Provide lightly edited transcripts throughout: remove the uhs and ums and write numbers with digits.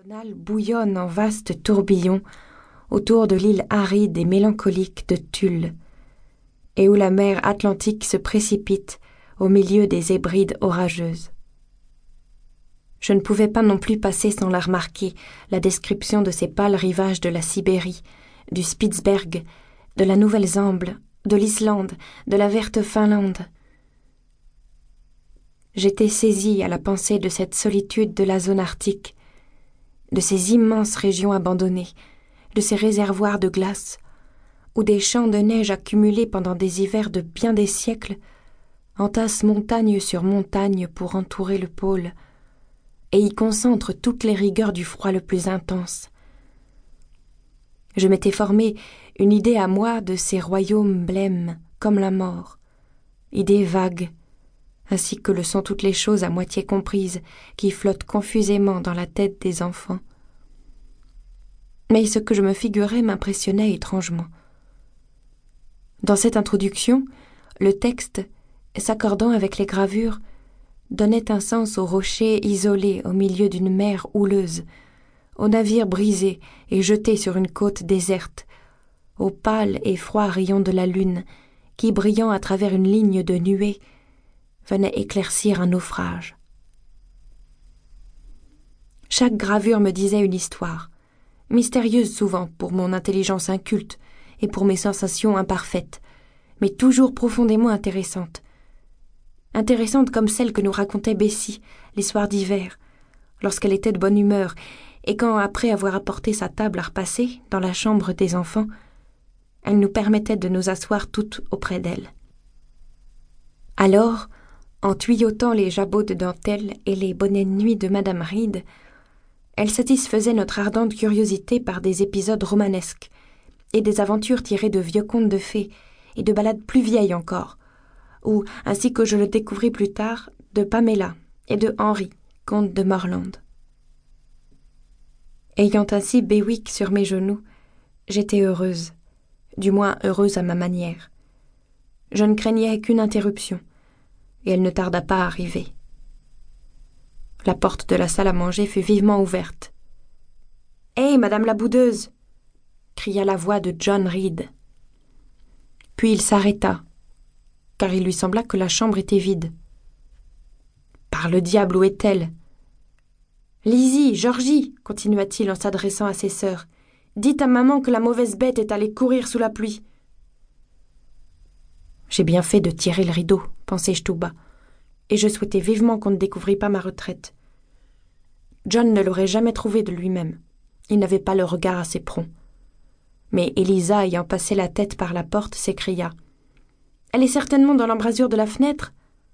canal bouillonne en vaste tourbillon autour de l'île aride et mélancolique de Tulle, et où la mer Atlantique se précipite au milieu des Hébrides orageuses. Je ne pouvais pas non plus passer sans la remarquer, la description de ces pâles rivages de la Sibérie, du Spitzberg, de la Nouvelle-Zambie, de l'Islande, de la verte Finlande. J'étais saisie à la pensée de cette solitude de la zone arctique, de ces immenses régions abandonnées, de ces réservoirs de glace, où des champs de neige accumulés pendant des hivers de bien des siècles entassent montagne sur montagne pour entourer le pôle, et y concentrent toutes les rigueurs du froid le plus intense. Je m'étais formé une idée à moi de ces royaumes blêmes comme la mort, idée vague, ainsi que le sont toutes les choses à moitié comprises qui flottent confusément dans la tête des enfants. Mais ce que je me figurais m'impressionnait étrangement. Dans cette introduction, le texte, s'accordant avec les gravures, donnait un sens aux rochers isolés au milieu d'une mer houleuse, aux navires brisés et jetés sur une côte déserte, aux pâles et froids rayons de la lune qui, brillant à travers une ligne de nuées, venaient éclaircir un naufrage. Chaque gravure me disait une histoire, mystérieuse souvent pour mon intelligence inculte et pour mes sensations imparfaites, mais toujours profondément intéressante comme celle que nous racontait Bessie les soirs d'hiver, lorsqu'elle était de bonne humeur, et quand, après avoir apporté sa table à repasser dans la chambre des enfants, elle nous permettait de nous asseoir toutes auprès d'elle. Alors, en tuyautant les jabots de dentelle et les bonnets de nuit de Madame Reed, elle satisfaisait notre ardente curiosité par des épisodes romanesques et des aventures tirées de vieux contes de fées et de ballades plus vieilles encore, ou, ainsi que je le découvris plus tard, de Pamela et de Henry, comte de Morland. Ayant ainsi Bewick sur mes genoux, j'étais heureuse, du moins heureuse à ma manière. Je ne craignais qu'une interruption, et elle ne tarda pas à arriver. La porte de la salle à manger fut vivement ouverte. « Hé, madame la boudeuse !» cria la voix de John Reed. Puis il s'arrêta, car il lui sembla que la chambre était vide. « Par le diable, où est-elle ?»« Lizzie, Georgie !» continua-t-il en s'adressant à ses sœurs. « Dites à maman que la mauvaise bête est allée courir sous la pluie. » J'ai bien fait de tirer le rideau, pensai-je tout bas, et je souhaitais vivement qu'on ne découvrît pas ma retraite. John ne l'aurait jamais trouvée de lui-même. Il n'avait pas le regard assez prompt. Mais Élisa, ayant passé la tête par la porte, s'écria « Elle est certainement dans l'embrasure de la fenêtre !»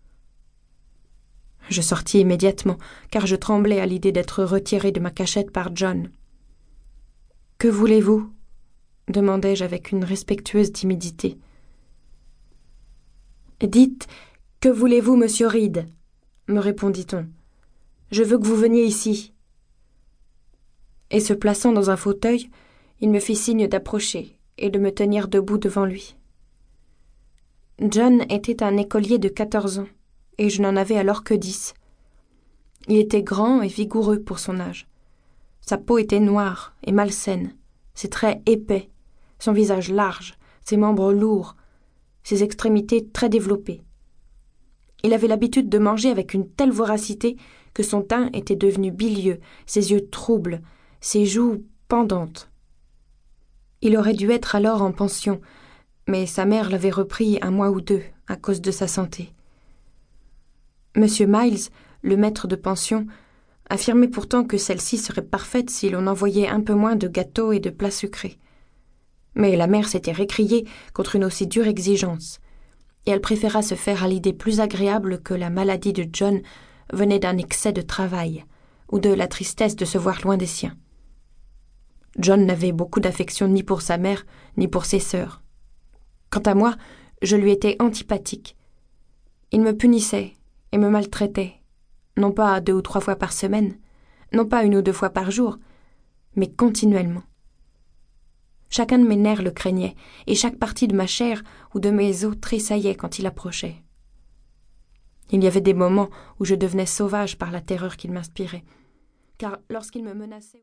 Je sortis immédiatement, car je tremblais à l'idée d'être retirée de ma cachette par John. « Que voulez-vous » demandai-je avec une respectueuse timidité. « Dites, que voulez-vous, monsieur Reed ?» me répondit-on. « Je veux que vous veniez ici. » Et se plaçant dans un fauteuil, il me fit signe d'approcher et de me tenir debout devant lui. John était un écolier de 14 ans, et je n'en avais alors que 10. Il était grand et vigoureux pour son âge. Sa peau était noire et malsaine, ses traits épais, son visage large, ses membres lourds, ses extrémités très développées. Il avait l'habitude de manger avec une telle voracité que son teint était devenu bilieux, ses yeux troubles, ses joues pendantes. Il aurait dû être alors en pension, mais sa mère l'avait repris 1 mois ou 2 à cause de sa santé. Monsieur Miles, le maître de pension, affirmait pourtant que celle-ci serait parfaite si l'on envoyait un peu moins de gâteaux et de plats sucrés. Mais la mère s'était récriée contre une aussi dure exigence, et elle préféra se faire à l'idée plus agréable que la maladie de John venait d'un excès de travail, ou de la tristesse de se voir loin des siens. John n'avait beaucoup d'affection ni pour sa mère, ni pour ses sœurs. Quant à moi, je lui étais antipathique. Il me punissait et me maltraitait, non pas 2 ou 3 fois par semaine, non pas 1 ou 2 fois par jour, mais continuellement. Chacun de mes nerfs le craignait, et chaque partie de ma chair ou de mes os tressaillait quand il approchait. Il y avait des moments où je devenais sauvage par la terreur qu'il m'inspirait, car lorsqu'il me menaçait...